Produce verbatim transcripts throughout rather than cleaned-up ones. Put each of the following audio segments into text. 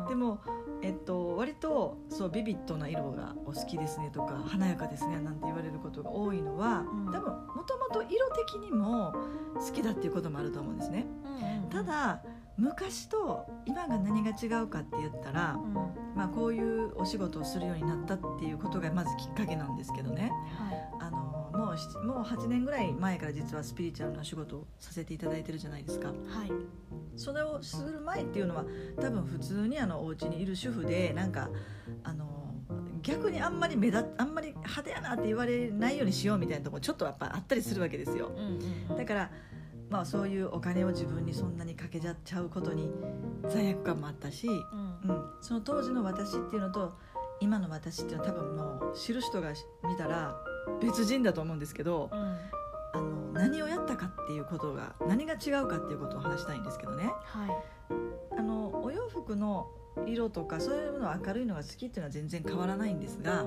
でも、えっと、割とそうビビッドな色がお好きですねとか華やかですねなんて言われることが多いのは、うん、多分もともと色的にも好きだっていうこともあると思うんですね、うんうん、ただ昔と今が何が違うかって言ったら、うんまあ、こういうお仕事をするようになったっていうことがまずきっかけなんですけどね、はい、あのもう、もうはちねんぐらい前から実はスピリチュアルな仕事をさせていただいてるじゃないですか、はい、それをする前っていうのは多分普通にあのお家にいる主婦でなんかあの逆にあんまり目立あんまり派手やなって言われないようにしようみたいなところちょっとやっぱあったりするわけですよ、うんうんうん、だからまあ、そういうお金を自分にそんなにかけちゃうことに罪悪感もあったし、うんうん、その当時の私っていうのと今の私っていうのは多分もう知る人が見たら別人だと思うんですけど、うん、あの何をやったかっていうことが何が違うかっていうことを話したいんですけどね、はい、あのお洋服の色とかそういうの明るいのが好きっていうのは全然変わらないんですが、うん、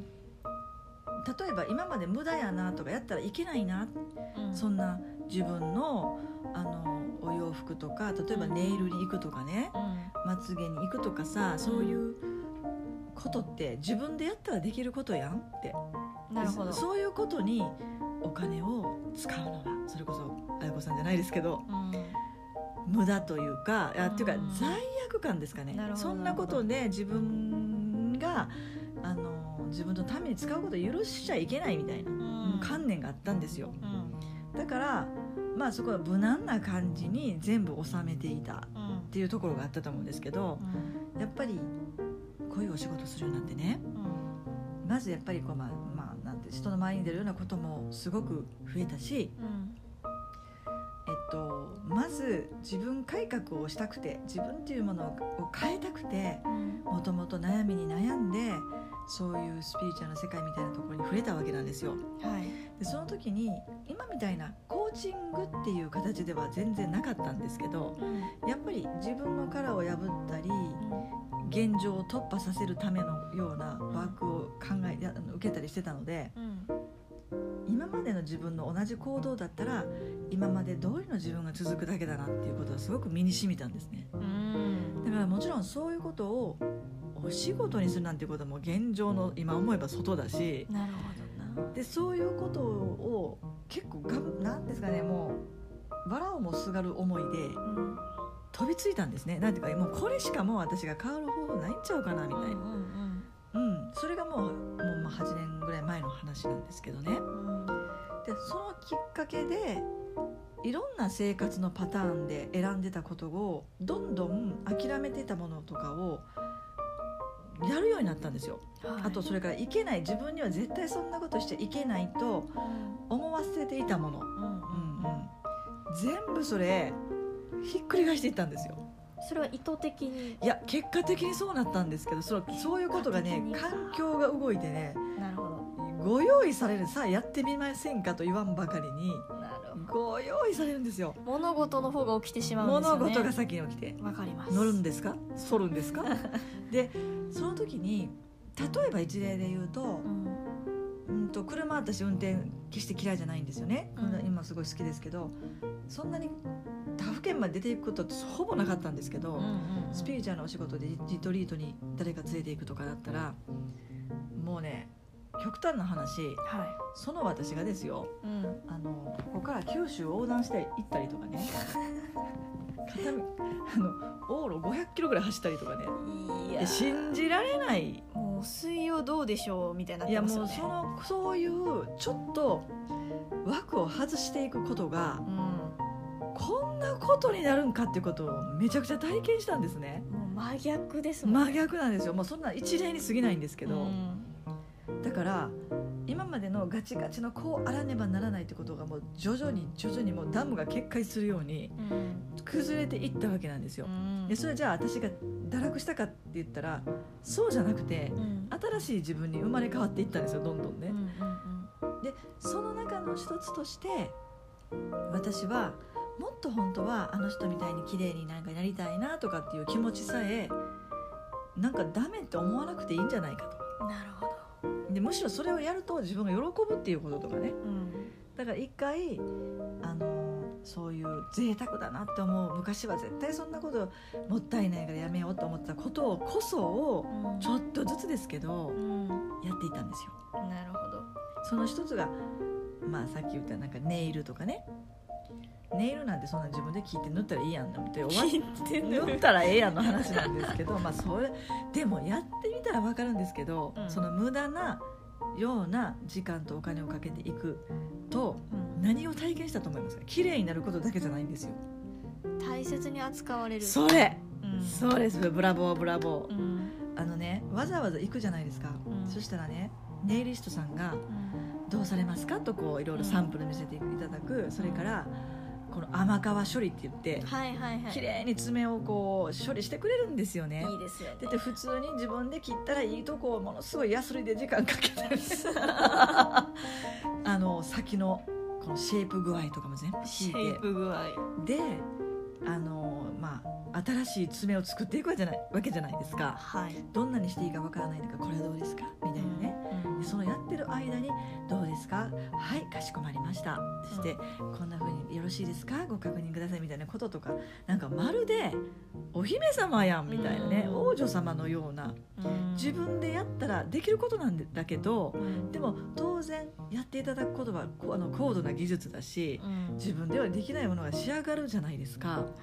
例えば今まで無駄やなとかやったらいけないな、うん、そんな自分 の, あのお洋服とか例えばネイルに行くとかね、うん、まつげに行くとかさそういうことって自分でやったらできることやんって。なるほど。そういうことにお金を使うのはそれこそあやこさんじゃないですけど、うん、無駄というか、あ、っていうか罪悪感ですかね。そんなことで自分があの自分のために使うことを許しちゃいけないみたいな、うん、観念があったんですよ、うん、だからまあそこは無難な感じに全部収めていたっていうところがあったと思うんですけど、うん、やっぱりこういうお仕事するようになってね、うん、まずやっぱりこう、まあまあ、なんて人の前に出るようなこともすごく増えたし、うん、えっと、まず自分改革をしたくて自分っていうものを変えたくて、もともと悩みに悩んでそういうスピリチュアルな世界みたいなところに触れたわけなんですよ、はい、でその時に今みたいなコーチングっていう形では全然なかったんですけど、うん、やっぱり自分の殻を破ったり、うん、現状を突破させるためのようなワークを考え、うん、受けたりしてたので、うん、今までの自分の同じ行動だったら今まで通りの自分が続くだけだなっていうことはすごく身に染みたんですね、うん、だからもちろんそういうことをお仕事にするなんていうことはもう現状の今思えば外だし、なるほどな。でそういうことを結構がなんですかね、もう藁をもすがる思いで飛びついたんですね。なんていうかもうこれしかもう私が変わる方法ないんちゃうかなみたいな、うんうんうんうん、それがもう、もうまあはちねんぐらい前の話なんですけどね、うん、でそのきっかけでいろんな生活のパターンで選んでたことをどんどん諦めてたものとかをやるようになったんですよ、はい、あとそれからいけない、自分には絶対そんなことしちゃいけないと思わせていたもの、うんうんうん、全部それひっくり返していったんですよ。 それは意図的に？ いや結果的にそうなったんですけど、そ, そういうことがね環境が動いてね、なるほど、ご用意される、さあやってみませんかと言わんばかりにご用意されるんですよ。 物事の方が起きてしまうんですよね。 物事が先に起きて、わかります。乗るんですか、反るんですかでその時に例えば一例で言うと、うんうんと車、私運転決して嫌いじゃないんですよね、うん、今すごい好きですけど、そんなに他府県まで出ていくことってほぼなかったんですけど、うんうんうん、スピリチュアルなお仕事でリトリートに誰か連れていくとかだったらもうね、極端な話、はい、その私がですよ、うん、あのここから九州横断して行ったりとかね片道あの往路ごひゃくキロぐらい走ったりとかね、いや信じられない、 もう水曜どうでしょうみたいになってますよね。 いやもう そ, のそういうちょっと枠を外していくことが、うん、こんなことになるんかっていうことをめちゃくちゃ体験したんですね。 もう真逆ですもんね。 真逆なんですよ。もうそんな一例に過ぎないんですけど、うん、だから今までのガチガチのこうあらねばならないってことがもう徐々に徐々にもうダムが決壊するように崩れていったわけなんですよ、うん、でそれじゃあ私が堕落したかって言ったらそうじゃなくて、うん、新しい自分に生まれ変わっていったんですよ、どんどんね、うんうんうん、でその中の一つとして私はもっと本当はあの人みたいに綺麗になんかなりたいなとかっていう気持ちさえなんかダメって思わなくていいんじゃないかと。なるほど。でむしろそれをやると自分が喜ぶっていうこととかね、うん、だから一回あのそういう贅沢だなって思う、昔は絶対そんなこともったいないからやめようと思ってたことをこそをちょっとずつですけど、うん、やっていたんですよ。 なるほど。 その一つが、まあ、さっき言ったなんかネイルとかね、ネイルなんてそんな自分で切って塗ったらいいやんって終わって塗ったらええやんの話なんですけどまあそれでもやってみたら分かるんですけど、うん、その無駄なような時間とお金をかけていくと、うん、何を体験したと思いますか？綺麗になることだけじゃないんですよ。 大切に扱われる。 それ、うん、そうです。ブラボーブラボー、うん、あのね、わざわざ行くじゃないですか、うん、そしたらね、ネイリストさんが、うん、どうされますかとこういろいろサンプル見せていただく、それからこの甘皮処理って言って、はいはいはい、綺麗に爪をこう処理してくれるんですよね。 いいですよね。 で普通に自分で切ったらいいとこをものすごいヤスリで時間かけたりあの先のこのシェイプ具合とかも全部引いて、 シェイプ具合で、あのまあ新しい爪を作っていくわけじゃない、わけじゃないですか、はい、どんなにしていいかわからないのか、これはどうですかみたいなね、うんうん、でそのやってる間にどうですか、はいかしこまりました、そして、うん、こんな風によろしいですか、ご確認くださいみたいなこととか、なんかまるでお姫様やんみたいなね、うん、王女様のような、うん、自分でやったらできることなんだけど、うん、でも当然やっていただくことはあの高度な技術だし、うん、自分ではできないものが仕上がるじゃないですか、はい、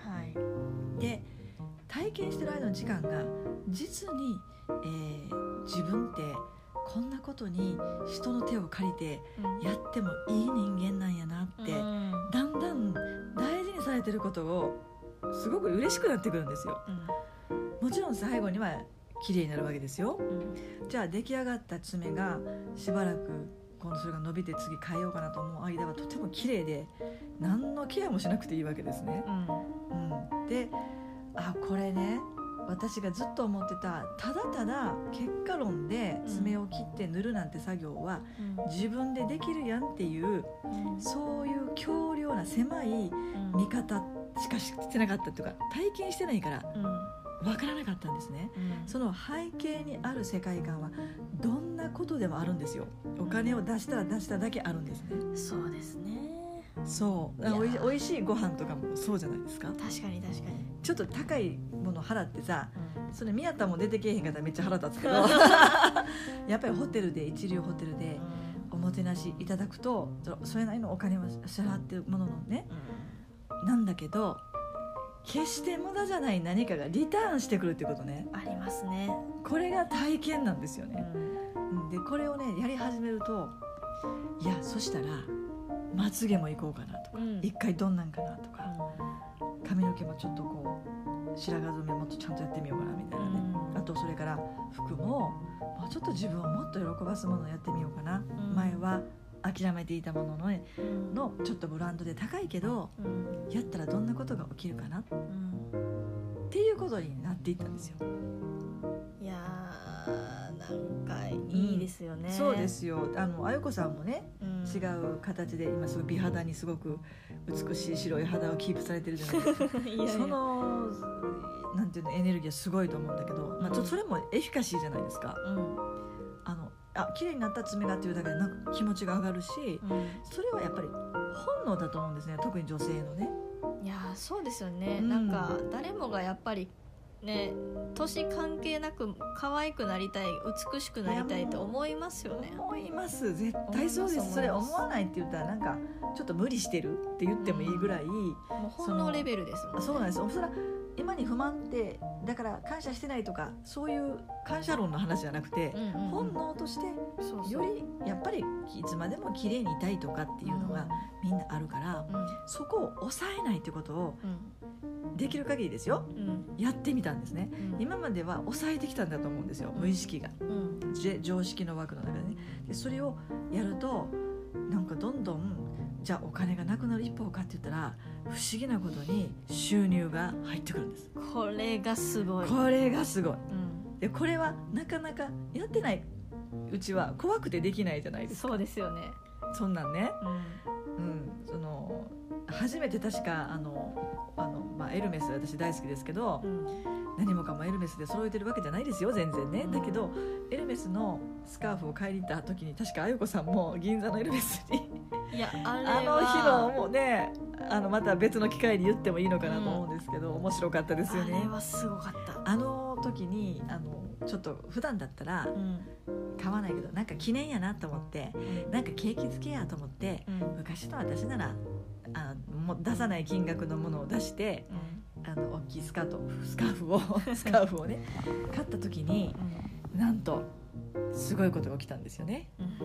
で体験してる間の時間が実に、えー、自分ってこんなことに人の手を借りてやってもいい人間なんやなって、うん、だんだん大事にされてることをすごく嬉しくなってくるんですよ、うん、もちろん最後には綺麗になるわけですよ、うん、じゃあ出来上がった爪がしばらく今度それが伸びて次変えようかなと思う間はとても綺麗で何のケアもしなくていいわけですね、うんうん、であこれね、私がずっと思ってたただただ結果論で爪を切って塗るなんて作業は自分でできるやんっていう、うん、そういう強量な狭い見方しかしてなかったというか、体験してないから分からなかったんですね、うん、その背景にある世界観はどんなことでもあるんですよ。お金を出したら出しただけあるんですね。 そうですね。 そうおい、おいしいご飯とかもそうじゃないですか。 確かに確かに。 ちょっと高いもの払ってさ、うん、それ宮田も出てけえへんかったらめっちゃ腹立つけどやっぱりホテルで一流ホテルでおもてなしいただくとそれなりのお金を支払ってるもののね、うん、なんだけど決して無駄じゃない何かがリターンしてくるっていうことね。 ありますね。 これが体験なんですよね、うん、でこれをねやり始めると、いやそしたらまつげも行こうかなとか、うん、一回どんなんかなとか、うん、髪の毛もちょっとこう白髪染めもっとちゃんとやってみようかなみたいなね、うん、あとそれから服ももうちょっと自分をもっと喜ばすものをやってみようかな、うん、前は諦めていたものの、ねうん、のちょっとブランドで高いけど、うん、やったらどんなことが起きるかな、うん、っていうことになっていったんですよ。 いやーなんかいいですよね、 うん、そうですよ。あのあゆこさんもね、うん、違う形で今すごい美肌にすごく美しい白い肌をキープされてるじゃないですかいやいや、そのなんていうのエネルギーはすごいと思うんだけど、うん、まあ、ちょっとそれもエフィカシーじゃないですか、うん、あのあ綺麗になった爪がっていうだけでなんか気持ちが上がるし、うん、それはやっぱり本能だと思うんですね、特に女性のね。 いやそうですよね、うん、なんか誰もがやっぱりね、年関係なく可愛くなりたい、美しくなりたいと思いますよね。 思います、絶対そうです。それ思わないって言ったらなんかちょっと無理してるって言ってもいいぐらい、うん、もう本能レベルですもんね。 そうなんです。それは今に不満ってだから感謝してないとかそういう感謝論の話じゃなくて、うんうんうん、本能としてそうそう、 よりやっぱりいつまでも綺麗にいたいとかっていうのがみんなあるから、うん、そこを抑えないってことを、うん、できる限りですよ、うん、やってみたんですね、うん、今までは抑えてきたんだと思うんですよ、無意識が、うん、常識の枠の中でね。でそれをやるとなんかどんどんじゃあお金がなくなる一方かって言ったら不思議なことに収入が入ってくるんです。 これがすごい。 これがすごい、うん、でこれはなかなかやってないうちは怖くてできないじゃないですか。 そうですよね。 そんなんね、うん、うん、その初めて確かあのあの、まあ、エルメス私大好きですけど、うん、 何もかもエルメスで揃えてるわけじゃないですよ全然ね。だけどエルメスのスカーフを買いに行った時に確かあゆこさんも銀座のエルメスにいやあれはあの日のもうねあのまた別の機会に言ってもいいのかなと思うんですけど、うん、面白かったですよね。 あれはすごかった。 あの時にあのちょっと普段だったら買わないけどなんか記念やなと思ってなんか景気づけやと思って、うん、昔の私ならあもう出さない金額のものを出して、うん、あの大きいスカートスカーフをスカーフをね買った時に、うん、なんとすごいことが起きたんですよね、うん、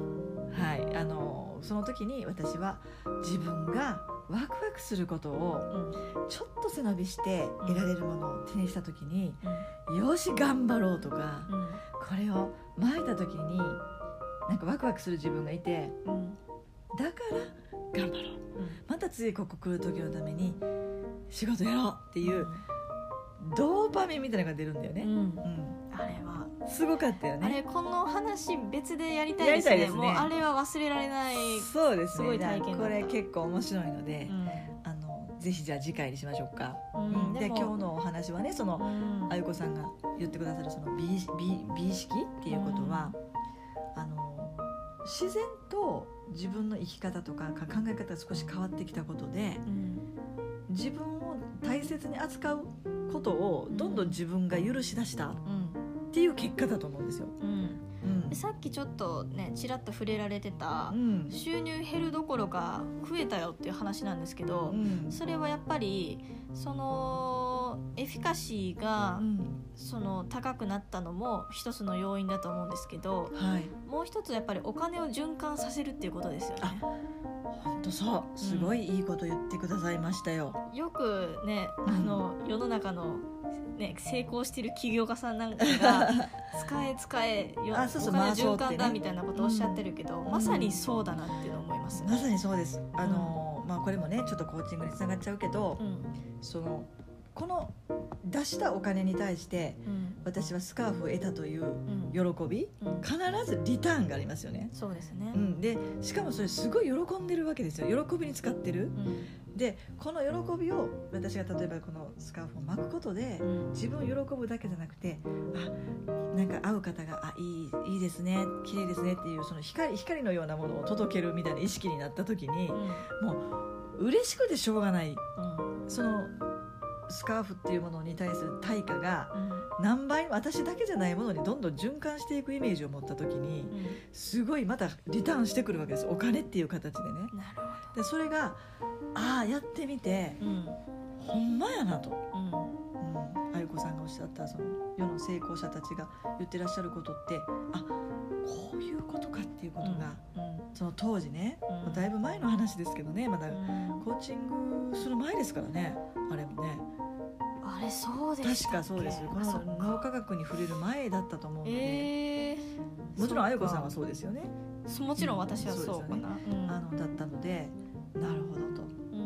はいあのその時に私は自分がワクワクすることをちょっと背伸びして得られるものを手にした時に、うん、よし頑張ろうとか、うん、これを巻いた時になんかワクワクする自分がいて、うん、だから頑張ろう、うん、また次ここ来る時のために仕事やろうっていう、うん、ドーパミンみたいなのが出るんだよね、うんうん、 あれはすごかったよね。 あれこの話別でやりたいですね。ですねもうあれは忘れられない。 そうですね。 すごい体験だった。 これ結構面白いので、うん、あのぜひじゃあ次回にしましょうか、うん、で今日のお話はねその、うん、あゆこさんが言ってくださるその美意美美意識っていうことは、うん、あの自然と自分の生き方とか考え方が少し変わってきたことで、うん、自分を大切に扱うことをどんどん自分が許し出した、うんっていう結果だと思うんですよ、うんうん、さっきちょっとねちらっと触れられてた、うん、収入減るどころか増えたよっていう話なんですけど、うん、それはやっぱりそのエフィカシーが、うん、その高くなったのも一つの要因だと思うんですけど、はい、もう一つやっぱりお金を循環させるっていうことですよね。 本当そうすごいいいこと言ってくださいましたよ、 うん、よくねあの、うん、世の中のね、成功してる起業家さんなんかが使え使えよあそうそうお金循環だみたいなことをおっしゃってるけど、うん、まさにそうだなっていうのを思います、ね、 まさにそうですあの、うんまあ、これもねちょっとコーチングにつながっちゃうけど、うん、そのこの出したお金に対して、うん、私はスカーフを得たという喜び、うん、必ずリターンがありますよね。 そうですね、 うん、でしかもそれすごい喜んでるわけですよ。喜びに使ってる、うん、でこの喜びを私が例えばこのスカーフを巻くことで、うん、自分を喜ぶだけじゃなくてあなんか会う方があいい、いいですね綺麗ですねっていうその 光, 光のようなものを届けるみたいな意識になった時に、うん、もう嬉しくてしょうがない、うん、そのスカーフっていうものに対する対価が何倍私だけじゃないものにどんどん循環していくイメージを持った時にすごいまたリターンしてくるわけです。お金っていう形でね。 なるほど。でそれがああやってみて、うん、ほんまやなと、うんうん、あゆこさんがおっしゃったその世の成功者たちが言ってらっしゃることってあこういうことかっていうことが、うんうん、その当時ね、うん、だいぶ前の話ですけどねまだコーチングする前ですからねあれもねあれそうでしたっけ。 確かそうですよ。この脳科学に触れる前だったと思うので、えー、もちろんあゆこさんはそうですよね。 もちろん私はそうかな、うんそうですよねうん、あのだったのでなるほどと、うんうん、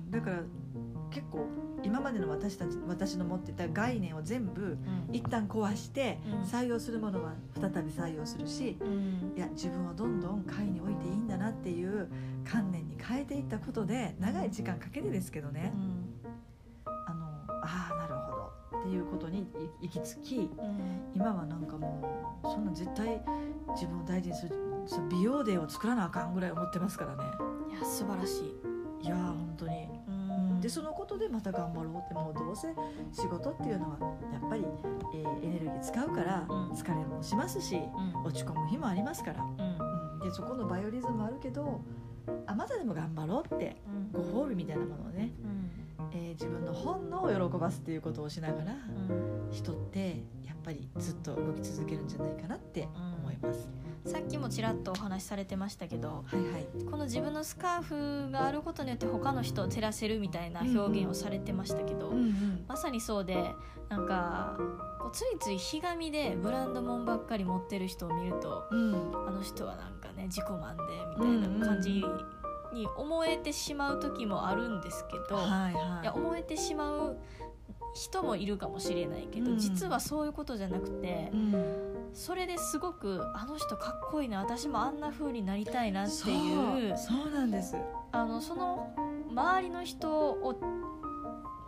だから結構今までの私たち私の持ってた概念を全部一旦壊して採用するものは再び採用するし、うん、いや自分をどんどん会に置いていいんだなっていう観念に変えていったことで長い時間かけてですけどね、うん、あのああなるほどっていうことに行き着き、うん、今はなんかもうそんな絶対自分を大事にするその美容デーを作らなあかんぐらい思ってますからね。 いや素晴らしい。 いや本当に、うん、でそのことでまた頑張ろうってもうどうせ仕事っていうのはやっぱり、えー、エネルギー使うから疲れもしますし、うん、落ち込む日もありますから、うんうん、でそこのバイオリズムあるけどあまたでも頑張ろうって、うん、ご褒美みたいなものをね、うんえー、自分の本能を喜ばすっていうことをしながら、うん、人ってやっぱりずっと動き続けるんじゃないかなって思います、 うん、さっきもちらっとお話しされてましたけど、はいはい、この自分のスカーフがあることによって他の人を照らせるみたいな表現をされてましたけど、うんうん、まさにそうでなんかこうついついひがみでブランド物ばっかり持ってる人を見ると、うん、あの人はなんかね自己満でみたいな感じに思えてしまう時もあるんですけど、はいはい、いや思えてしまう人もいるかもしれないけど、うん、実はそういうことじゃなくて、うん、それですごくあの人かっこいいな私もあんな風になりたいなっていうそう、そうなんです。 あのその周りの人を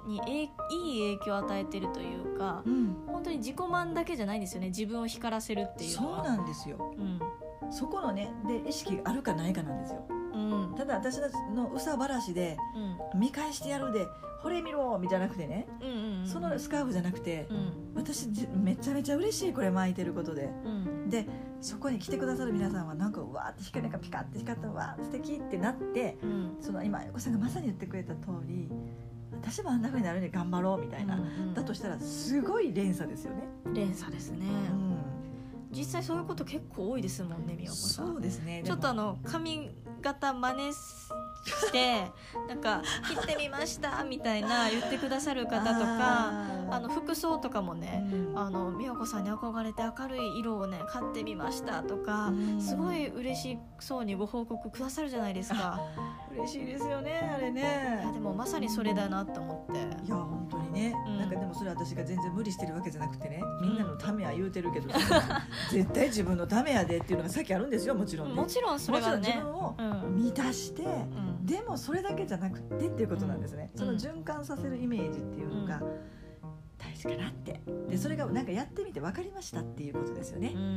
にえいい影響を与えてるというか、うん、本当に自己満だけじゃないんですよね、自分を光らせるっていうのは。 そうなんですよ、うん、そこのねで意識があるかないかなんですよ、うん、ただ私のうさばらしで、うん、見返してやるでこれ見ろみたいなくてね、うんうんうん、そのスカーフじゃなくて、うん、私めちゃめちゃ嬉しい、これ巻いてることで、うん、でそこに来てくださる皆さんはなんかうわーって光がピカッて光ったわー素敵ってなって、うん、その今横さんがまさに言ってくれた通り、私もあんな風になるんで頑張ろうみたいな、うんうん、だとしたらすごい連鎖ですよね。 連鎖ですね、うん、実際そういうこと結構多いですもんね、みよこさん。 そうですね。 ちょっとあの髪型真似してなんか切ってみましたみたいな言ってくださる方とか、ああの服装とかもね、うん、あのみよこさんに憧れて明るい色をね買ってみましたとか、うん、すごい嬉しそうにご報告くださるじゃないですか。 嬉しいですよね、あれね。 いやでもまさにそれだなと思って。 いや本当にね、うん、なんかでもそれ私が全然無理してるわけじゃなくてね、みんなのためは言うてるけど、うん、絶対自分のためやでっていうのがさっきあるんですよ、もちろんね。 もちろんそれはね、 もちろん自分を満たして、うん、でもそれだけじゃなくてっていうことなんですね、うん、その循環させるイメージっていうのが大事かなって、でそれがなんかやってみて分かりましたっていうことですよね、うんうん、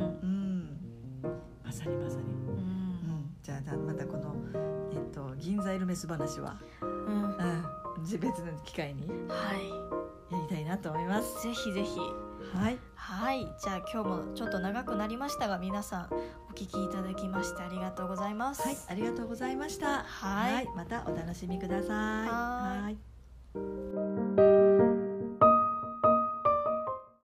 まさにまさに、うんうん、じゃあまたこの、えっと、銀座エルメス話は、うんうん、別の機会にやりたいなと思います。 ぜひぜひ。はい、はい、じゃあ今日もちょっと長くなりましたが、皆さんお聞きいただきましてありがとうございます。 はい、ありがとうございました。はい、はい、またお楽しみください。はい。